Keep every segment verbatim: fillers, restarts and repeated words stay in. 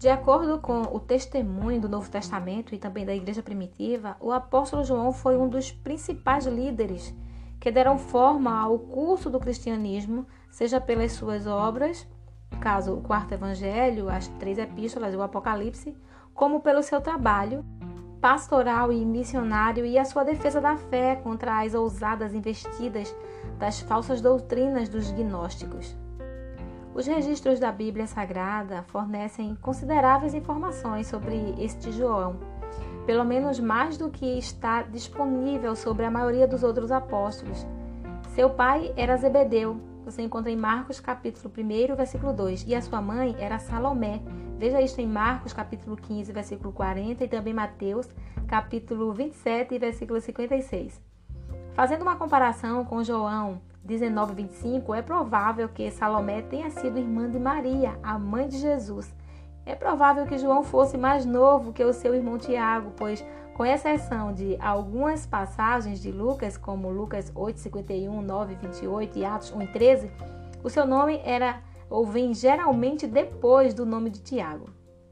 De acordo com o testemunho do Novo Testamento e também da Igreja Primitiva, o apóstolo João foi um dos principais líderes que deram forma ao curso do cristianismo, seja pelas suas obras, no caso o quarto evangelho, as três epístolas e o Apocalipse, como pelo seu trabalho pastoral e missionário e a sua defesa da fé contra as ousadas investidas das falsas doutrinas dos gnósticos. Os registros da Bíblia Sagrada fornecem consideráveis informações sobre este João, pelo menos mais do que está disponível sobre a maioria dos outros apóstolos. Seu pai era Zebedeu, você encontra em Marcos capítulo um, versículo dois, e a sua mãe era Salomé. Veja isto em Marcos capítulo quinze, versículo quarenta, e também Mateus capítulo vinte e sete, versículo cinquenta e seis. Fazendo uma comparação com João dezenove, vinte e cinco, é provável que Salomé tenha sido irmã de Maria, a mãe de Jesus. É provável que João fosse mais novo que o seu irmão Tiago, pois, com exceção de algumas passagens de Lucas, como Lucas oito, cinquenta e um, nove, vinte e oito e Atos um, treze, o seu nome era ou vem geralmente depois do nome de Tiago.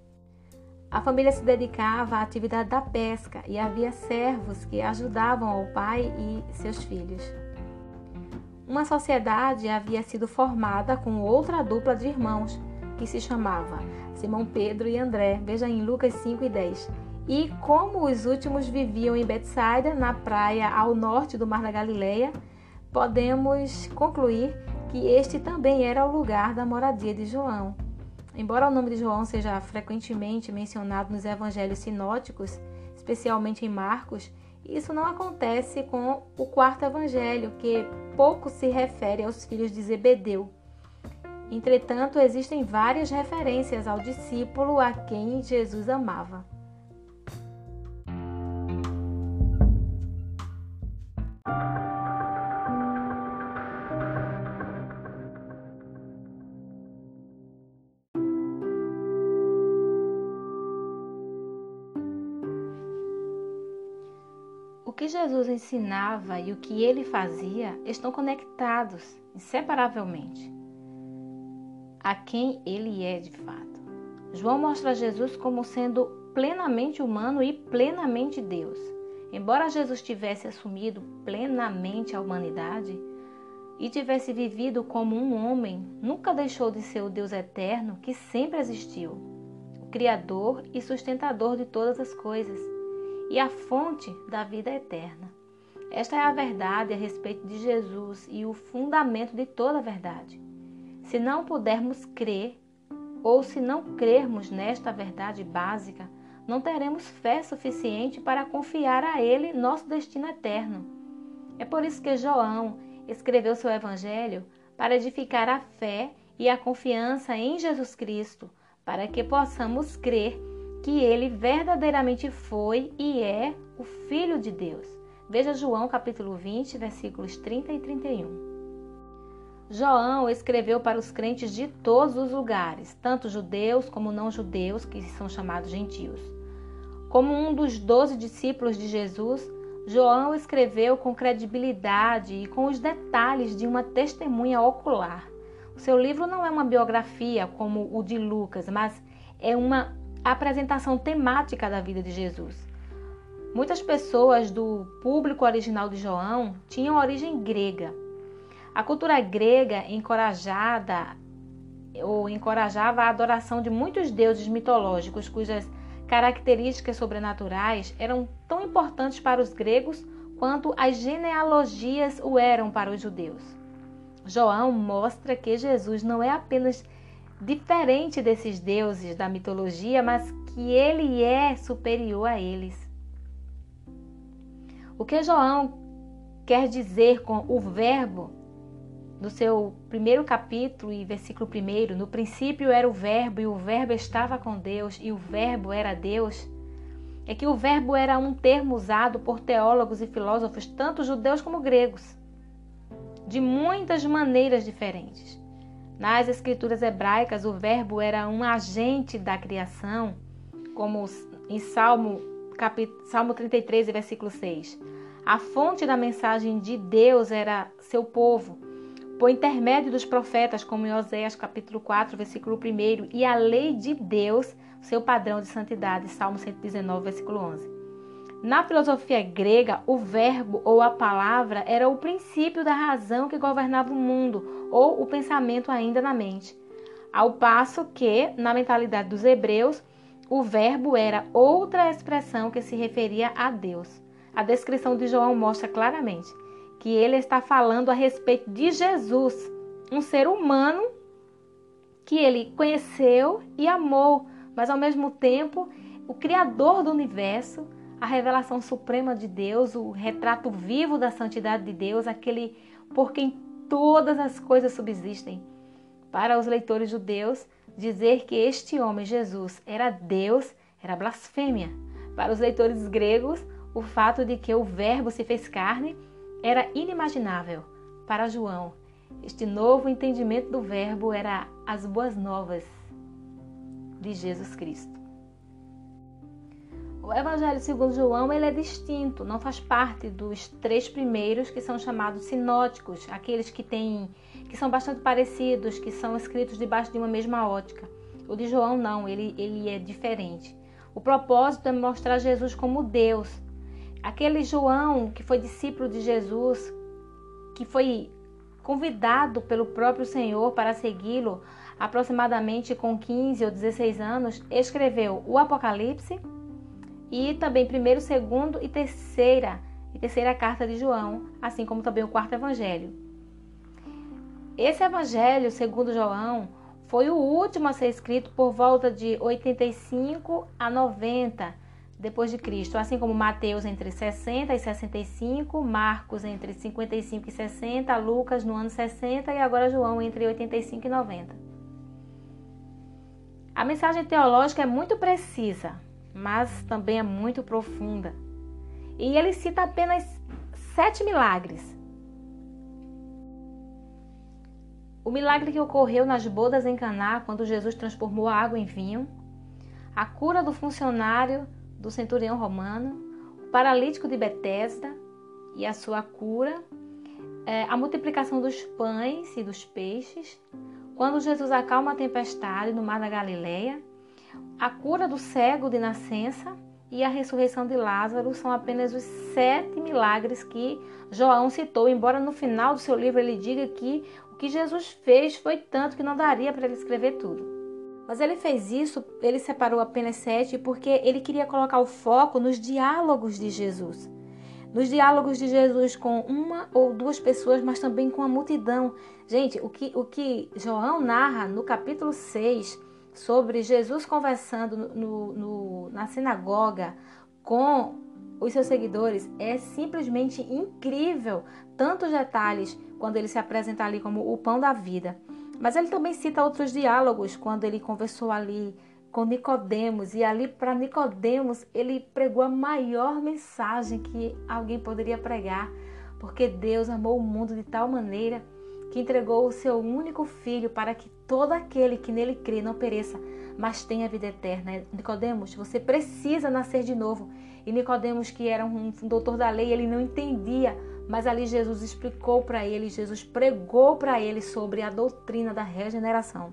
A família se dedicava à atividade da pesca e havia servos que ajudavam ao pai e seus filhos. Uma sociedade havia sido formada com outra dupla de irmãos, que se chamava Simão Pedro e André, veja em Lucas cinco e dez. E como os últimos viviam em Betsaida, na praia ao norte do Mar da Galileia, podemos concluir que este também era o lugar da moradia de João. Embora o nome de João seja frequentemente mencionado nos evangelhos sinóticos, especialmente em Marcos, isso não acontece com o quarto evangelho, que pouco se refere aos filhos de Zebedeu. Entretanto, existem várias referências ao discípulo a quem Jesus amava. O que Jesus ensinava e o que ele fazia estão conectados inseparavelmente a quem ele é de fato. João mostra Jesus como sendo plenamente humano e plenamente Deus. Embora Jesus tivesse assumido plenamente a humanidade e tivesse vivido como um homem, nunca deixou de ser o Deus eterno que sempre existiu, o Criador e sustentador de todas as coisas, e a fonte da vida eterna. Esta é a verdade a respeito de Jesus e o fundamento de toda a verdade. Se não pudermos crer, ou se não crermos nesta verdade básica, não teremos fé suficiente para confiar a Ele nosso destino eterno. É por isso que João escreveu seu evangelho para edificar a fé e a confiança em Jesus Cristo, para que possamos crer que ele verdadeiramente foi e é o Filho de Deus. Veja João capítulo vinte, versículos trinta e trinta e um. João escreveu para os crentes de todos os lugares, tanto judeus como não judeus, que são chamados gentios. Como um dos doze discípulos de Jesus, João escreveu com credibilidade e com os detalhes de uma testemunha ocular. O seu livro não é uma biografia como o de Lucas, mas é uma a apresentação temática da vida de Jesus. Muitas pessoas do público original de João tinham origem grega. A cultura grega encorajada ou encorajava a adoração de muitos deuses mitológicos cujas características sobrenaturais eram tão importantes para os gregos quanto as genealogias o eram para os judeus. João mostra que Jesus não é apenas diferente desses deuses da mitologia, mas que ele é superior a eles. O que João quer dizer com o verbo, no seu primeiro capítulo e versículo primeiro, no princípio era o verbo e o verbo estava com Deus e o verbo era Deus, é que o verbo era um termo usado por teólogos e filósofos, tanto judeus como gregos, de muitas maneiras diferentes. Nas escrituras hebraicas, o verbo era um agente da criação, como em Salmo, capit... Salmo trinta e três, versículo seis. A fonte da mensagem de Deus era seu povo, por intermédio dos profetas, como em Oséias, capítulo quatro, versículo um, e a lei de Deus seu padrão de santidade, Salmo cento e dezenove, versículo onze. Na filosofia grega, o verbo ou a palavra era o princípio da razão que governava o mundo, ou o pensamento ainda na mente. Ao passo que, na mentalidade dos hebreus, o verbo era outra expressão que se referia a Deus. A descrição de João mostra claramente que ele está falando a respeito de Jesus, um ser humano que ele conheceu e amou, mas ao mesmo tempo o Criador do universo, a revelação suprema de Deus, o retrato vivo da santidade de Deus, aquele por quem todas as coisas subsistem. Para os leitores judeus, dizer que este homem, Jesus, era Deus, era blasfêmia. Para os leitores gregos, o fato de que o Verbo se fez carne era inimaginável. Para João, este novo entendimento do Verbo era as boas novas de Jesus Cristo. O Evangelho segundo João ele é distinto, não faz parte dos três primeiros que são chamados sinóticos, aqueles que, têm, que são bastante parecidos, que são escritos debaixo de uma mesma ótica. O de João não, ele, ele é diferente. O propósito é mostrar Jesus como Deus. Aquele João que foi discípulo de Jesus, que foi convidado pelo próprio Senhor para segui-lo aproximadamente com quinze ou dezesseis anos, escreveu o Apocalipse e também primeiro, segundo e terceira, e terceira carta de João, assim como também o quarto evangelho. Esse evangelho, segundo João, foi o último a ser escrito por volta de oitenta e cinco a noventa depois de Cristo, assim como Mateus entre sessenta e sessenta e cinco, Marcos entre cinquenta e cinco e sessenta, Lucas no ano sessenta e agora João entre oitenta e cinco e noventa. A mensagem teológica é muito precisa, mas também é muito profunda. E ele cita apenas sete milagres. O milagre que ocorreu nas bodas em Caná, quando Jesus transformou a água em vinho, a cura do funcionário do centurião romano, o paralítico de Betesda e a sua cura, a multiplicação dos pães e dos peixes, quando Jesus acalma a tempestade no mar da Galileia, a cura do cego de nascença e a ressurreição de Lázaro são apenas os sete milagres que João citou, embora no final do seu livro ele diga que o que Jesus fez foi tanto que não daria para ele escrever tudo. Mas ele fez isso, ele separou apenas sete, porque ele queria colocar o foco nos diálogos de Jesus. Nos diálogos de Jesus com uma ou duas pessoas, mas também com a multidão. Gente, o que, o que João narra no capítulo seis sobre Jesus conversando no, no, na sinagoga com os seus seguidores é simplesmente incrível. Tantos detalhes quando ele se apresenta ali como o pão da vida. Mas ele também cita outros diálogos quando ele conversou ali com Nicodemos, e ali para Nicodemos ele pregou a maior mensagem que alguém poderia pregar, porque Deus amou o mundo de tal maneira que entregou o seu único filho para que todo aquele que nele crê não pereça, mas tenha vida eterna. Nicodemos, você precisa nascer de novo. E Nicodemos, que era um doutor da lei, ele não entendia, mas ali Jesus explicou para ele, Jesus pregou para ele sobre a doutrina da regeneração.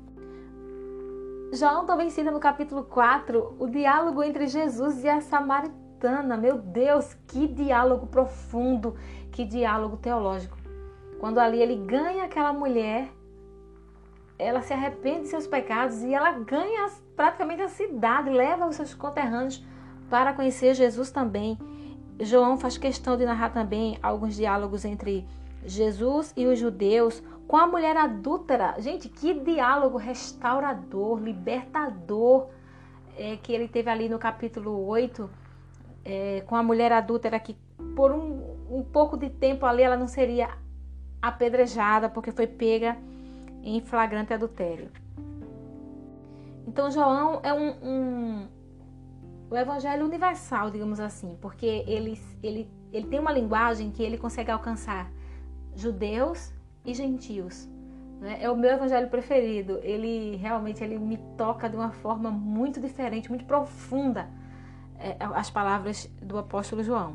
João também cita no capítulo quatro o diálogo entre Jesus e a samaritana. Meu Deus, que diálogo profundo, que diálogo teológico. Quando ali ele ganha aquela mulher, ela se arrepende de seus pecados e ela ganha praticamente a cidade, leva os seus conterrâneos para conhecer Jesus também. João faz questão de narrar também alguns diálogos entre Jesus e os judeus com a mulher adúltera. Gente, que diálogo restaurador, libertador é, que ele teve ali no capítulo oito, é, com a mulher adúltera que por um, um pouco de tempo ali ela não seria apedrejada porque foi pega em flagrante adultério. Então João é um, um o evangelho universal, digamos assim, porque ele, ele, ele tem uma linguagem que ele consegue alcançar judeus e gentios. Né? É o meu evangelho preferido. Ele realmente ele me toca de uma forma muito diferente, muito profunda, é, as palavras do apóstolo João.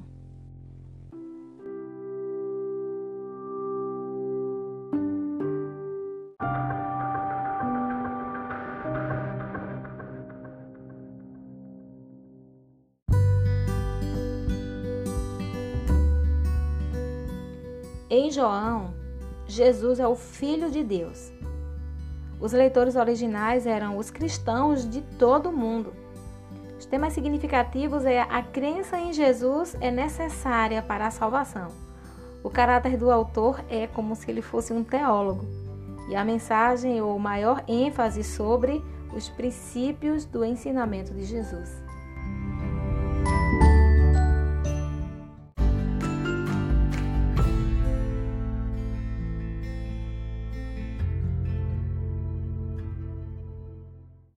Em João, Jesus é o Filho de Deus. Os leitores originais eram os cristãos de todo o mundo. Os temas significativos é a crença em Jesus é necessária para a salvação. O caráter do autor é como se ele fosse um teólogo. E a mensagem ou maior ênfase sobre os princípios do ensinamento de Jesus.